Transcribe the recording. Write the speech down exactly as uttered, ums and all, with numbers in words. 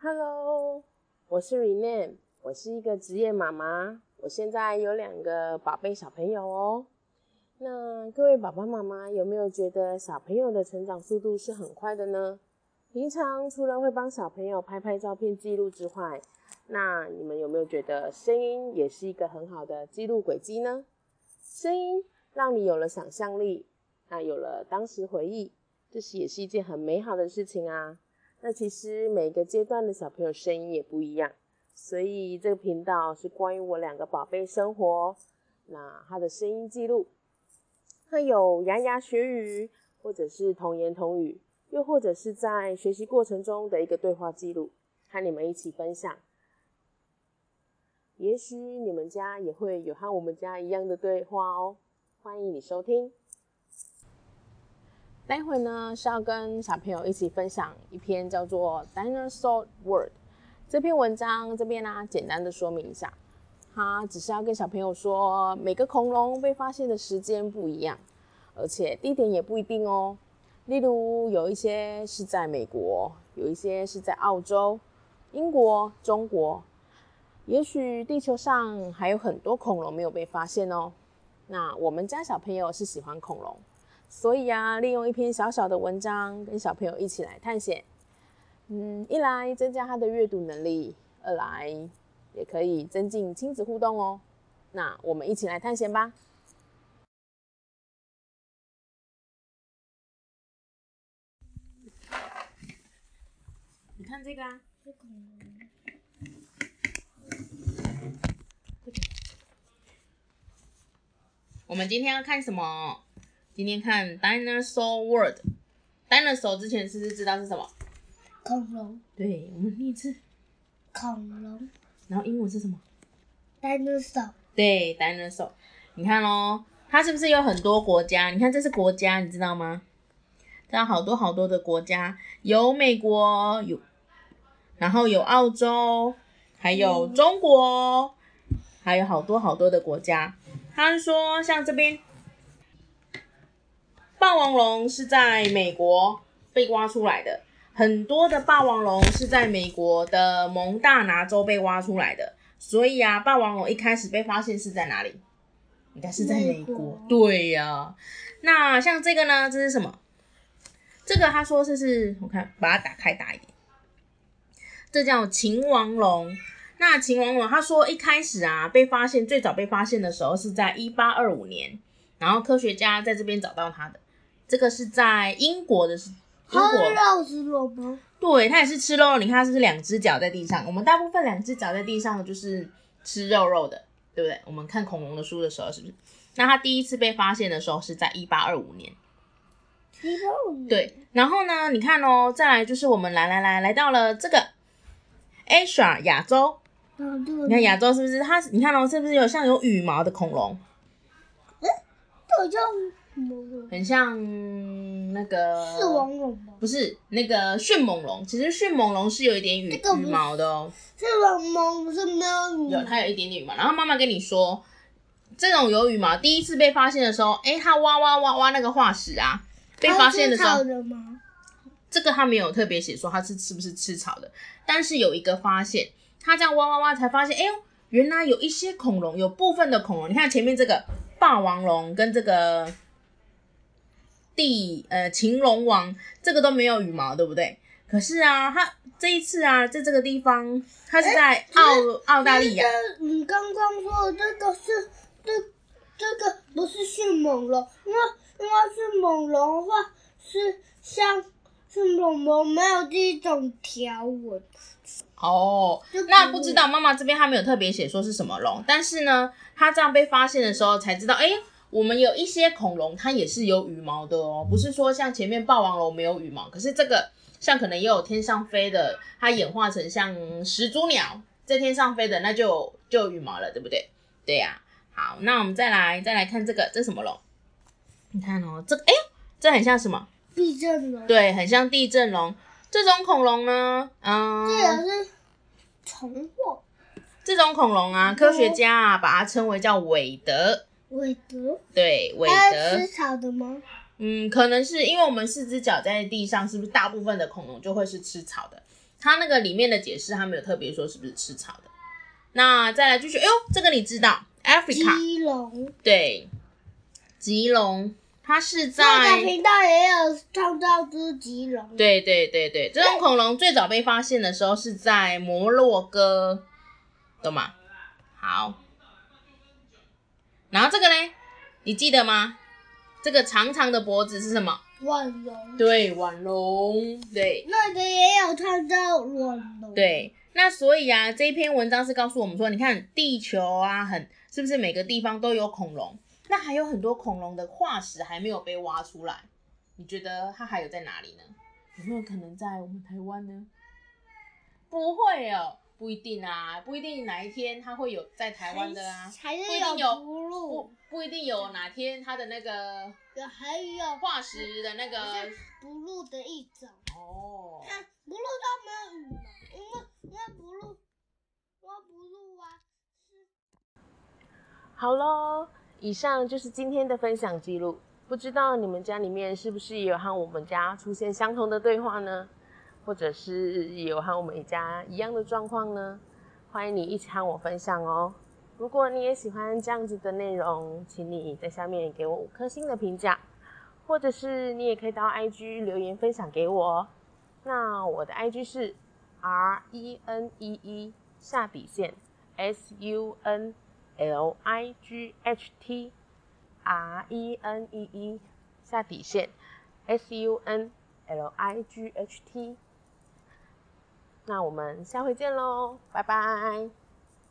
Hello， 我是 Renee， 我是一个职业妈妈，我现在有两个宝贝小朋友哦。那各位爸爸妈妈有没有觉得小朋友的成长速度是很快的呢？平常除了会帮小朋友拍拍照片记录之外，那你们有没有觉得声音也是一个很好的记录轨迹呢？声音让你有了想象力，那有了当时回忆，这是也是一件很美好的事情啊。那其实每个阶段的小朋友声音也不一样，所以这个频道是关于我两个宝贝生活，那他的声音记录，它有牙牙学语，或者是童言童语，又或者是在学习过程中的一个对话记录，和你们一起分享。也许你们家也会有和我们家一样的对话哦，欢迎你收听。待会呢是要跟小朋友一起分享一篇叫做 Dinosaur World 这篇文章，这边呢简单的说明一下，它只是要跟小朋友说每个恐龙被发现的时间不一样，而且地点也不一定哦。例如有一些是在美国，有一些是在澳洲、英国、中国，也许地球上还有很多恐龙没有被发现哦。那我们家小朋友是喜欢恐龙，所以啊，利用一篇小小的文章跟小朋友一起来探险，嗯，一来增加他的阅读能力，二来也可以增进亲子互动哦。那我们一起来探险吧。你看这个啊，这个我们今天要看什么？今天看 Dinosaur World。 Dinosaur 之前是不是知道是什么？ 恐龙。 对，我们念一次恐龙。 然后英文是什么？ Dinosaur。 对， Dinosaur。 你看咯，它是不是有很多国家？你看这是国家，你知道吗？这样好多好多的国家，有美国，有然后有澳洲，还有中国，还有好多好多的国家。他说像这边霸王龙是在美国被挖出来的，很多的霸王龙是在美国的蒙大拿州被挖出来的，所以啊，霸王龙一开始被发现是在哪里？应该是在美国。美国对呀、啊。那像这个呢，这是什么？这个他说这是，我看把它打开大一点，这叫秦王龙。那秦王龙他说一开始啊被发现，最早被发现的时候是在一八二五年，然后科学家在这边找到它的。这个是在英国的，英国。 它是吃肉吗？ 对，它也是吃肉。你看它是不是两只脚在地上？我们大部分两只脚在地上就是吃肉肉的，对不对？我们看恐龙的书的时候是不是？那它第一次被发现的时候是在一八二五年。 一八二五年。 对，然后呢，你看哦，再来就是我们来来来来到了这个 Asia 亚洲。 嗯，对。 你看亚洲是不是？它你看哦，是不是有像有羽毛的恐龙？ 嗯，这叫什么？ 很像那个视网龙吗？ 不是，那个迅猛龙。其实迅猛龙是有一点羽、这个、羽毛的哦。 视网龙不是没有羽毛？ 有，它有一点点羽毛。然后妈妈跟你说，这种有羽毛第一次被发现的时候，诶，它挖挖挖挖那个化石啊，被发现的时候， 它是吃草的吗？ 这个它没有特别写说它是是不是吃草的，但是有一个发现，它这样挖挖挖才发现，哎呦，原来有一些恐龙，有部分的恐龙，你看前面这个霸王龙跟这个地呃秦龙王，这个都没有羽毛，对不对？可是啊，它这一次啊，在这个地方，它是在澳、欸、澳大利亚。 你刚刚说的这个是这这个不是迅猛龙，因为因为迅猛龙的话是像迅猛龙没有这一种条纹。 哦，那不知道妈妈这边她没有特别写说是什么龙，但是呢，它这样被发现的时候才知道，哎，我们有一些恐龙它也是有羽毛的哦，不是说像前面霸王龙没有羽毛，可是这个像可能也有天上飞的，它演化成像始祖鸟在天上飞的，那就有就有羽毛了，对不对？对呀、啊。好，那我们再来再来看这个，这什么龙？你看哦，这个哎，这很像什么？ 地震龙。 对，很像地震龙。这种恐龙呢，嗯， 这也是虫货。 这种恐龙啊，科学家啊把它称为叫韦德。 韦德。 对，韦德。 它是吃草的吗？ 嗯，可能是因为我们四只脚在地上，是不是大部分的恐龙就会是吃草的？ 它那个里面的解释，他们有特别说是不是吃草的。那再来继续，哎呦，这个你知道 ，Africa， 基隆， 对，吉隆，它是在这个频道也有创造出吉隆， 对对对对，这种恐龙最早被发现的时候是在摩洛哥，懂吗？好，然后这个呢，你记得吗？这个长长的脖子是什么？ 腕龙， 对，腕龙，对， 那个也有创造腕龙， 对。那所以啊，这一篇文章是告诉我们说，你看地球啊，很是不是每个地方都有恐龙？那还有很多恐龙的化石还没有被挖出来，你觉得它还有在哪里呢？有没有可能在我们台湾呢？不会哦，不一定啊，不一定哪一天它会有在台湾的啊， 还是不一定有哺乳， 不不一定有哪天它的那个有还有化石的那个哺乳的一种。 哦， 看哺乳都没有羽毛，因为因为哺乳，因为哺乳啊是。 好咯，以上就是今天的分享记录。不知道你们家里面是不是也有和我们家出现相同的对话呢？或者是也有和我们家一样的状况呢？欢迎你一起和我分享哦。如果你也喜欢这样子的内容，请你在下面给我五颗星的评价，或者是你也可以到 I G 留言分享给我。那我的 I G 是 R E N E E 下底线 S U N L I G H T R E N E E 下底线 S U N L I G H T。那我们下回见喽，拜拜。